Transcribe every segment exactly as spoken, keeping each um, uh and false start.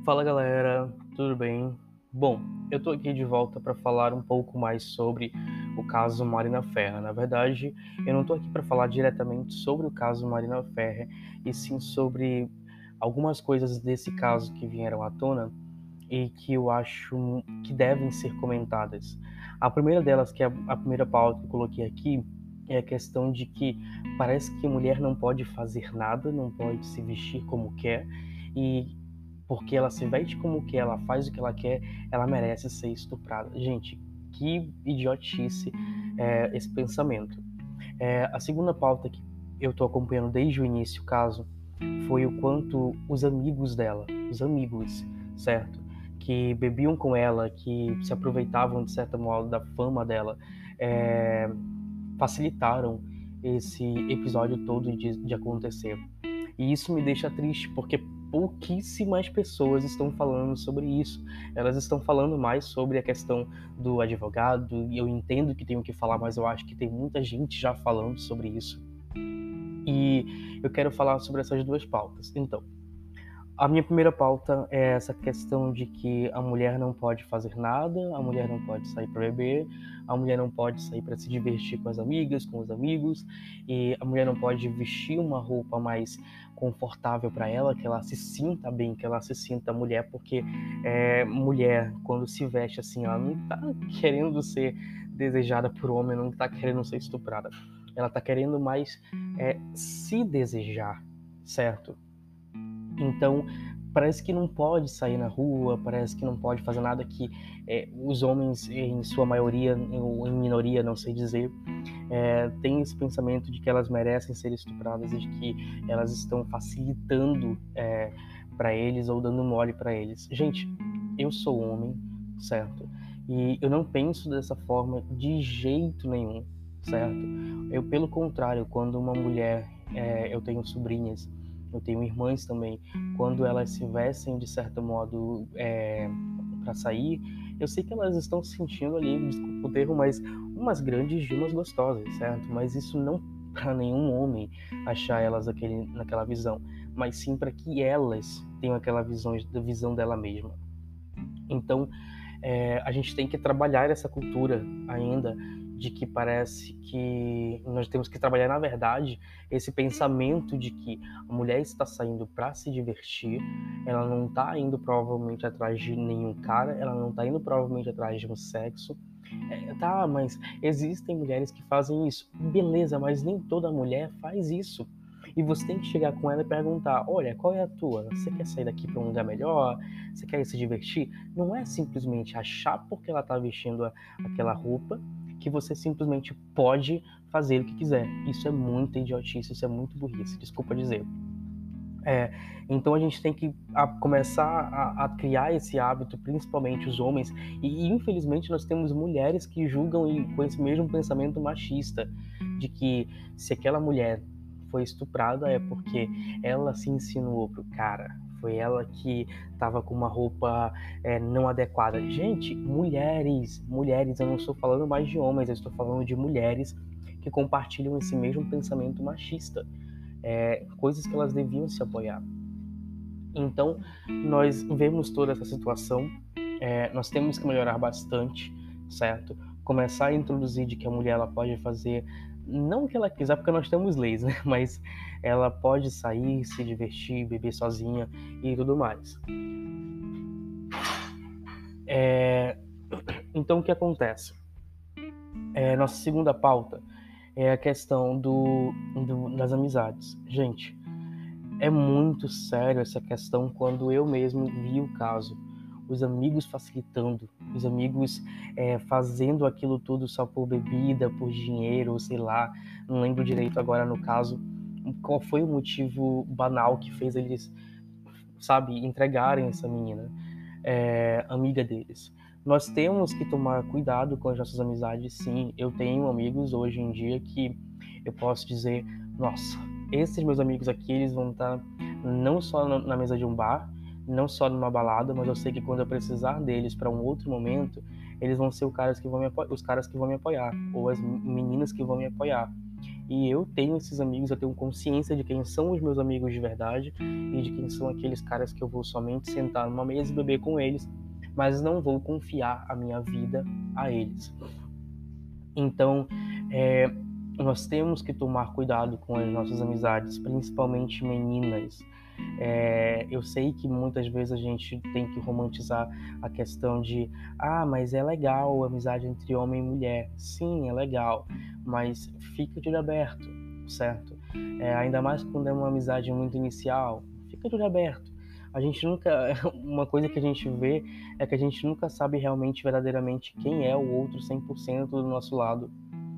Fala galera, tudo bem? Bom, eu tô aqui de volta para falar um pouco mais sobre o caso Marina Ferrer. Na verdade, eu não tô aqui para falar diretamente sobre o caso Marina Ferrer, e sim sobre algumas coisas desse caso que vieram à tona e que eu acho que devem ser comentadas. A primeira delas, que é a primeira pauta que eu coloquei aqui, é a questão de que parece que a mulher não pode fazer nada, não pode se vestir como quer, e porque ela se veste como quer, ela faz o que ela quer, ela merece ser estuprada. Gente, que idiotice é esse pensamento. É, a segunda pauta que eu tô acompanhando desde o início o caso foi o quanto os amigos dela, os amigos, certo? Que bebiam com ela, que se aproveitavam de certo modo da fama dela, é, facilitaram esse episódio todo de, de acontecer. E isso me deixa triste, porque pouquíssimas pessoas estão falando sobre isso. Elas estão falando mais sobre a questão do advogado, e eu entendo que tenho que falar, mas eu acho que tem muita gente já falando sobre isso. E eu quero falar sobre essas duas pautas. Então, a minha primeira pauta é essa questão de que a mulher não pode fazer nada, a mulher não pode sair para beber, a mulher não pode sair para se divertir com as amigas, com os amigos, e a mulher não pode vestir uma roupa mais confortável para ela, que ela se sinta bem, que ela se sinta mulher, porque é, mulher, quando se veste assim, ela não está querendo ser desejada por homem, não está querendo ser estuprada. Ela está querendo mais é, se desejar, certo? Então, parece que não pode sair na rua, parece que não pode fazer nada que é, os homens, em sua maioria, ou em minoria, não sei dizer, é, têm esse pensamento de que elas merecem ser estupradas e de que elas estão facilitando é, para eles ou dando mole para eles. Gente, eu sou homem, certo? E eu não penso dessa forma de jeito nenhum, certo? Eu, pelo contrário, quando uma mulher, é, eu tenho sobrinhas, eu tenho irmãs também, quando elas se vestem de certo modo é, para sair, eu sei que elas estão se sentindo ali, desculpa o termo, mas umas grandes de umas gostosas, certo? Mas isso não para nenhum homem achar elas aquele, naquela visão, mas sim para que elas tenham aquela visão, visão dela mesma. Então, é, a gente tem que trabalhar essa cultura ainda de que parece que nós temos que trabalhar, na verdade, esse pensamento de que a mulher está saindo para se divertir, ela não está indo provavelmente atrás de nenhum cara, ela não está indo provavelmente atrás de um sexo. É, tá, mas existem mulheres que fazem isso. Beleza, mas nem toda mulher faz isso. E você tem que chegar com ela e perguntar: olha, qual é a tua? Você quer sair daqui para um lugar melhor? Você quer se divertir? Não é simplesmente achar porque ela está vestindo a, aquela roupa que você simplesmente pode fazer o que quiser. Isso é muita idiotice, isso é muito burrice, desculpa dizer. É, então a gente tem que a, começar a, a criar esse hábito, principalmente os homens, e, e infelizmente nós temos mulheres que julgam e, com esse mesmo pensamento machista, de que se aquela mulher foi estuprada é porque ela se insinuou pro cara, foi ela que estava com uma roupa é, não adequada. Gente, mulheres, mulheres, eu não estou falando mais de homens, eu estou falando de mulheres que compartilham esse mesmo pensamento machista. É, coisas que elas deviam se apoiar. Então, nós vemos toda essa situação, é, nós temos que melhorar bastante, certo? Começar a introduzir de que a mulher ela pode fazer, não o que ela quiser, porque nós temos leis, né? Mas ela pode sair, se divertir, beber sozinha e tudo mais. É, então, o que acontece? É, nossa segunda pauta é a questão do, do, das amizades. Gente, é muito sério essa questão quando eu mesmo vi o caso. Os amigos facilitando, os amigos é, fazendo aquilo tudo só por bebida, por dinheiro, ou sei lá, não lembro direito agora no caso, qual foi o motivo banal que fez eles, sabe, entregarem essa menina, é, amiga deles. Nós temos que tomar cuidado com as nossas amizades, sim. Eu tenho amigos hoje em dia que eu posso dizer, nossa, esses meus amigos aqui, eles vão estar não só na mesa de um bar, não só numa balada, mas eu sei que quando eu precisar deles para um outro momento, eles vão ser os caras que vão me apoiar, os caras que vão me apoiar, ou as meninas que vão me apoiar. E eu tenho esses amigos, eu tenho consciência de quem são os meus amigos de verdade e de quem são aqueles caras que eu vou somente sentar numa mesa e beber com eles, mas não vou confiar a minha vida a eles. Então, é, nós temos que tomar cuidado com as nossas amizades, principalmente meninas. É, eu sei que muitas vezes a gente tem que romantizar a questão de ah, mas é legal a amizade entre homem e mulher. Sim, é legal, mas fica de olho aberto, certo? É, ainda mais quando é uma amizade muito inicial, fica de olho aberto. A gente nunca, uma coisa que a gente vê é que a gente nunca sabe realmente, verdadeiramente, quem é o outro cem por cento do nosso lado,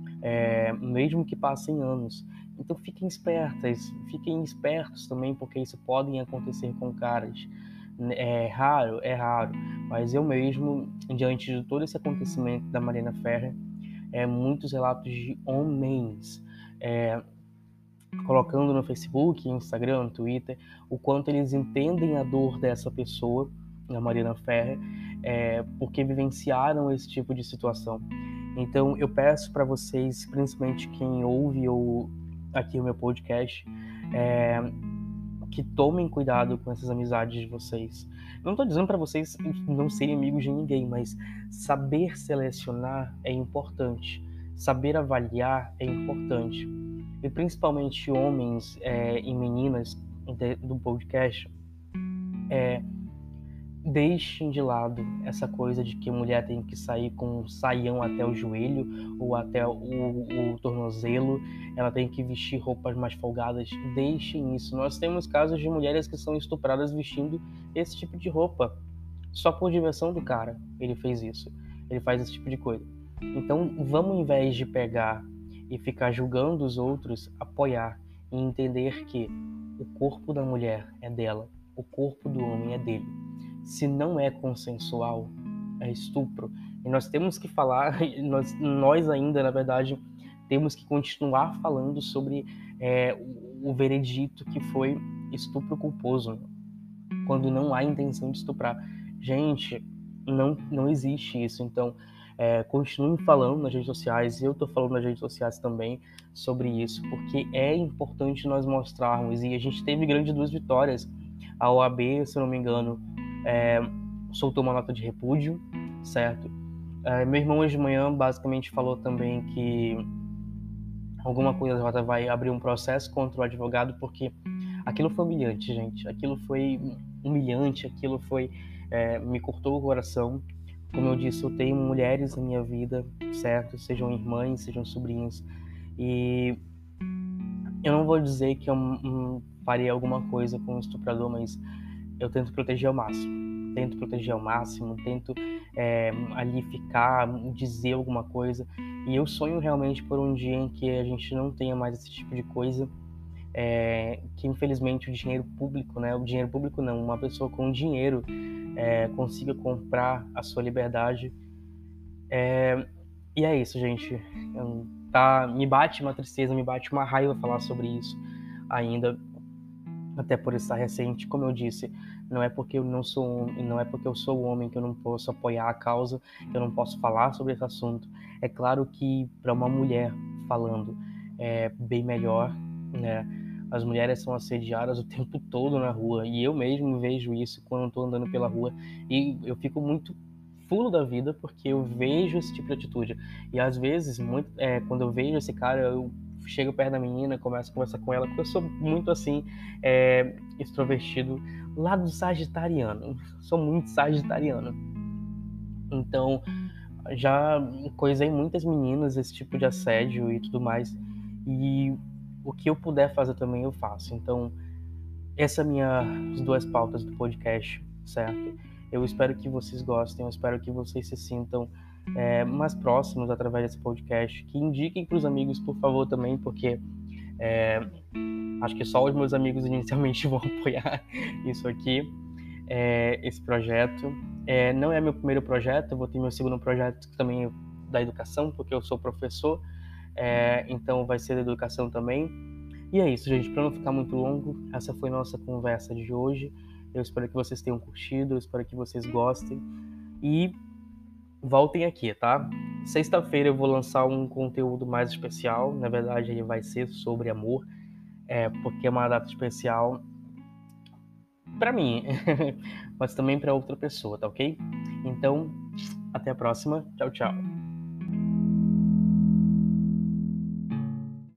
é, mesmo que passem anos. Então fiquem espertas, fiquem espertos também, porque isso pode acontecer com caras. É raro, é raro, mas eu mesmo, diante de todo esse acontecimento da Mariana Ferrer, é, muitos relatos de homens é, colocando no Facebook, Instagram, Twitter, o quanto eles entendem a dor dessa pessoa, a Mariana Ferrer, é, porque vivenciaram esse tipo de situação. Então eu peço para vocês, principalmente quem ouve ou aqui o meu podcast, é, que tomem cuidado com essas amizades de vocês. Não estou dizendo para vocês não serem amigos de ninguém, mas saber selecionar é importante. Saber avaliar é importante. E principalmente homens é, e meninas de, do podcast, é, deixem de lado essa coisa de que a mulher tem que sair com um saião até o joelho ou até o, o, o tornozelo, ela tem que vestir roupas mais folgadas. Deixem isso. Nós temos casos de mulheres que são estupradas vestindo esse tipo de roupa, só por diversão do cara. Ele fez isso, ele faz esse tipo de coisa. Então vamos, ao invés de pegar e ficar julgando os outros, apoiar e entender que o corpo da mulher é dela, o corpo do homem é dele. Se não é consensual, é estupro. E nós temos que falar, nós, nós ainda, na verdade, temos que continuar falando sobre é, o, o veredito que foi estupro culposo, quando não há intenção de estuprar. Gente, não, não existe isso. Então, é, continuem falando nas redes sociais, eu estou falando nas redes sociais também sobre isso, porque é importante nós mostrarmos, e a gente teve grandes duas vitórias. A O A B, se eu não me engano, é, soltou uma nota de repúdio, certo? É, meu irmão hoje de manhã basicamente falou também que alguma coisa a J vai abrir um processo contra o advogado, porque aquilo foi humilhante, gente. Aquilo foi humilhante, aquilo foi é, me cortou o coração. Como eu disse, eu tenho mulheres na minha vida, certo? Sejam irmãs, sejam sobrinhas. E eu não vou dizer que eu um, farei alguma coisa com o estuprador, mas eu tento proteger ao máximo. Tento proteger ao máximo, tento é, ali ficar, dizer alguma coisa. E eu sonho realmente por um dia em que a gente não tenha mais esse tipo de coisa. É, que infelizmente o dinheiro público, né, o dinheiro público não, uma pessoa com dinheiro é, consiga comprar a sua liberdade. É, e é isso, gente. Eu, tá, me bate uma tristeza, me bate uma raiva falar sobre isso ainda, até por estar recente. Como eu disse, não é porque eu não sou não é porque eu sou homem que eu não posso apoiar a causa, que eu não posso falar sobre esse assunto. É claro que para uma mulher falando é bem melhor, né? As mulheres são assediadas o tempo todo na rua, e eu mesmo vejo isso quando estou andando pela rua, e eu fico muito fulo da vida porque eu vejo esse tipo de atitude. E às vezes, muito, é, quando eu vejo esse cara, eu chego perto da menina, começo a conversar com ela, porque eu sou muito assim, é, extrovertido, lado sagitariano, sou muito sagitariano. Então, já coisei muitas meninas esse tipo de assédio e tudo mais, e o que eu puder fazer também eu faço. Então, essa é minhas duas pautas do podcast, certo? Eu espero que vocês gostem, eu espero que vocês se sintam é, mais próximos através desse podcast, que indiquem para os amigos, por favor, também, porque é, acho que só os meus amigos inicialmente vão apoiar isso aqui, é, esse projeto. É, não é meu primeiro projeto, eu vou ter meu segundo projeto também é da educação, porque eu sou professor, é, então vai ser da educação também. E é isso, gente, para não ficar muito longo, essa foi nossa conversa de hoje. Eu espero que vocês tenham curtido, eu espero que vocês gostem. E voltem aqui, tá? Sexta-feira eu vou lançar um conteúdo mais especial. Na verdade, ele vai ser sobre amor, é, porque é uma data especial para mim, mas também para outra pessoa, tá ok? Então, até a próxima. Tchau, tchau.